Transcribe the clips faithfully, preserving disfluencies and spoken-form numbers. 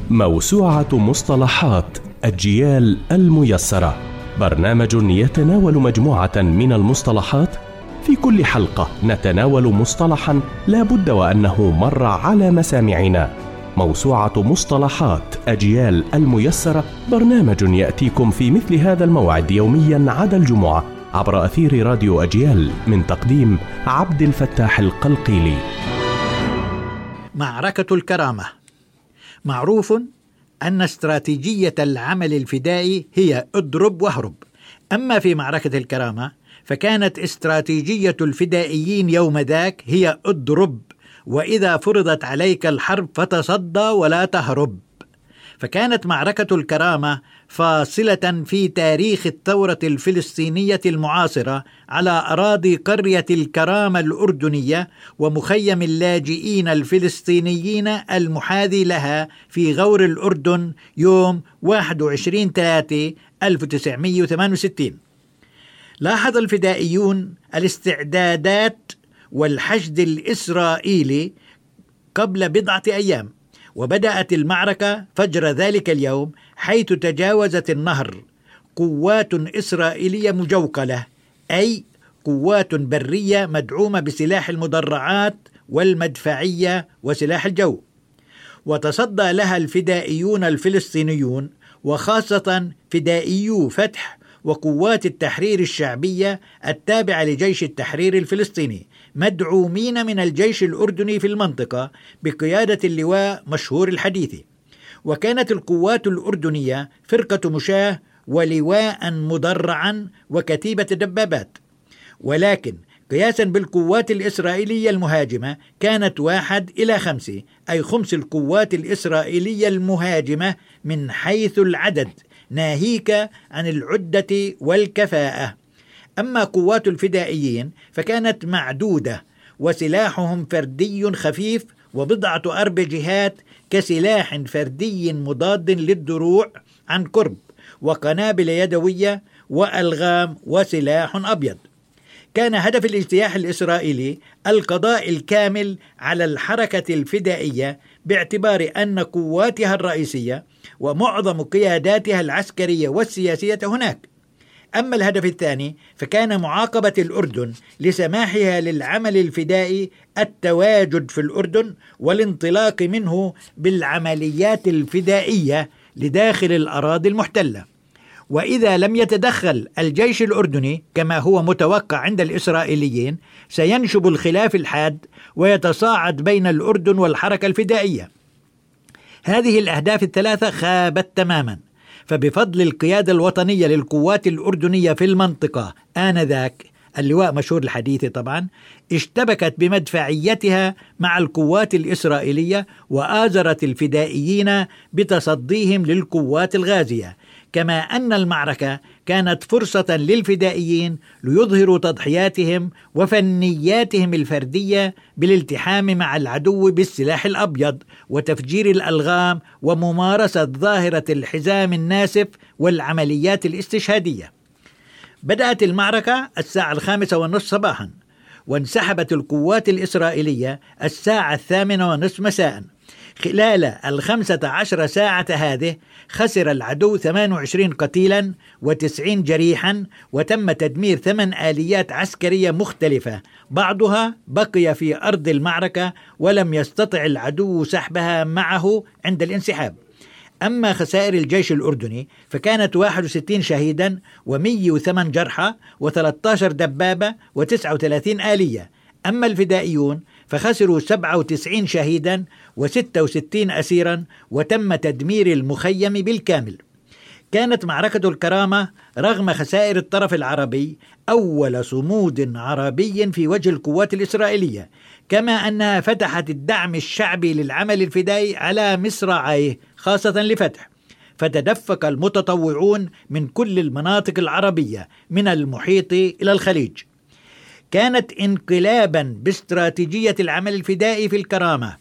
موسوعة مصطلحات أجيال الميسرة، برنامج يتناول مجموعة من المصطلحات. في كل حلقة نتناول مصطلحا لا بد وأنه مر على مسامعنا. موسوعة مصطلحات أجيال الميسرة، برنامج يأتيكم في مثل هذا الموعد يوميا عدا الجمعة عبر أثير راديو أجيال، من تقديم عبد الفتاح القلقيلي. معركة الكرامة. معروف أن استراتيجية العمل الفدائي هي اضرب واهرب. أما في معركة الكرامة فكانت استراتيجية الفدائيين يوم ذاك هي اضرب، وإذا فرضت عليك الحرب فتصدى ولا تهرب. فكانت معركة الكرامة فاصلة في تاريخ الثورة الفلسطينية المعاصرة على أراضي قرية الكرامة الأردنية ومخيم اللاجئين الفلسطينيين المحاذي لها في غور الأردن يوم واحد وعشرين ثلاثة ألف وتسعمائة وثمانية وستين. لاحظ الفدائيون الاستعدادات والحشد الإسرائيلي قبل بضعة أيام، وبدأت المعركة فجر ذلك اليوم، حيث تجاوزت النهر قوات إسرائيلية مجوقلة، أي قوات برية مدعومة بسلاح المدرعات والمدفعية وسلاح الجو، وتصدى لها الفدائيون الفلسطينيون، وخاصة فدائيو فتح وقوات التحرير الشعبية التابعة لجيش التحرير الفلسطيني، مدعومين من الجيش الأردني في المنطقة بقيادة اللواء مشهور الحديثي. وكانت القوات الأردنية فرقة مشاة ولواء مدرعا وكتيبة دبابات، ولكن قياسا بالقوات الإسرائيلية المهاجمة كانت واحد إلى خمسة، أي خمس القوات الإسرائيلية المهاجمة من حيث العدد، ناهيك عن العدة والكفاءة. أما قوات الفدائيين فكانت معدودة، وسلاحهم فردي خفيف وبضعة أربجيهات كسلاح فردي مضاد للدروع عن قرب، وقنابل يدوية وألغام وسلاح أبيض. كان هدف الاجتياح الإسرائيلي القضاء الكامل على الحركة الفدائية، باعتبار أن قواتها الرئيسية ومعظم قياداتها العسكرية والسياسية هناك. أما الهدف الثاني فكان معاقبة الأردن لسماحها للعمل الفدائي التواجد في الأردن والانطلاق منه بالعمليات الفدائية لداخل الأراضي المحتلة. وإذا لم يتدخل الجيش الأردني كما هو متوقع عند الإسرائيليين، سينشب الخلاف الحاد ويتصاعد بين الأردن والحركة الفدائية. هذه الأهداف الثلاثة خابت تماما، فبفضل القيادة الوطنية للقوات الأردنية في المنطقة آنذاك، اللواء مشهور الحديث طبعا، اشتبكت بمدفعيتها مع القوات الإسرائيلية وآزرت الفدائيين بتصديهم للقوات الغازية. كما أن المعركة كانت فرصة للفدائيين ليظهروا تضحياتهم وفنياتهم الفردية بالالتحام مع العدو بالسلاح الأبيض وتفجير الألغام وممارسة ظاهرة الحزام الناسف والعمليات الاستشهادية. بدأت المعركة الساعة الخامسة والنصف صباحا، وانسحبت القوات الإسرائيلية الساعة الثامنة والنصف مساء. خلال الخمسة عشر ساعة هذه خسر العدو ثمانية وعشرين قتيلا وتسعين جريحا، وتم تدمير ثمان آليات عسكرية مختلفة، بعضها بقي في أرض المعركة ولم يستطع العدو سحبها معه عند الانسحاب. أما خسائر الجيش الأردني فكانت واحد وستين شهيدا ومئة وثمانية جرحى وثلاثة عشر دبابة وتسعة وثلاثين آلية. أما الفدائيون فخسروا سبعة وتسعين شهيدا وستة وستين أسيرا، وتم تدمير المخيم بالكامل. كانت معركة الكرامة رغم خسائر الطرف العربي أول صمود عربي في وجه القوات الإسرائيلية، كما أنها فتحت الدعم الشعبي للعمل الفدائي على مصراعيه خاصة لفتح، فتدفق المتطوعون من كل المناطق العربية من المحيط إلى الخليج. كانت انقلابا باستراتيجية العمل الفدائي في الكرامة،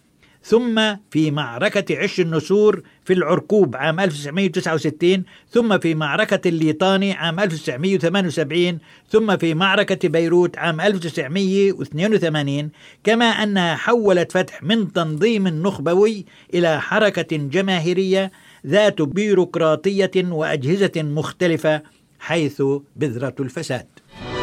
ثم في معركة عش النسور في العرقوب عام ألف وتسعمائة وتسعة وستين، ثم في معركة الليطاني عام ألف وتسعمائة وثمانية وسبعين، ثم في معركة بيروت عام ألف وتسعمائة واثنين وثمانين، كما أنها حولت فتح من تنظيم نخبوي إلى حركة جماهيرية ذات بيروقراطية وأجهزة مختلفة، حيث بذرة الفساد.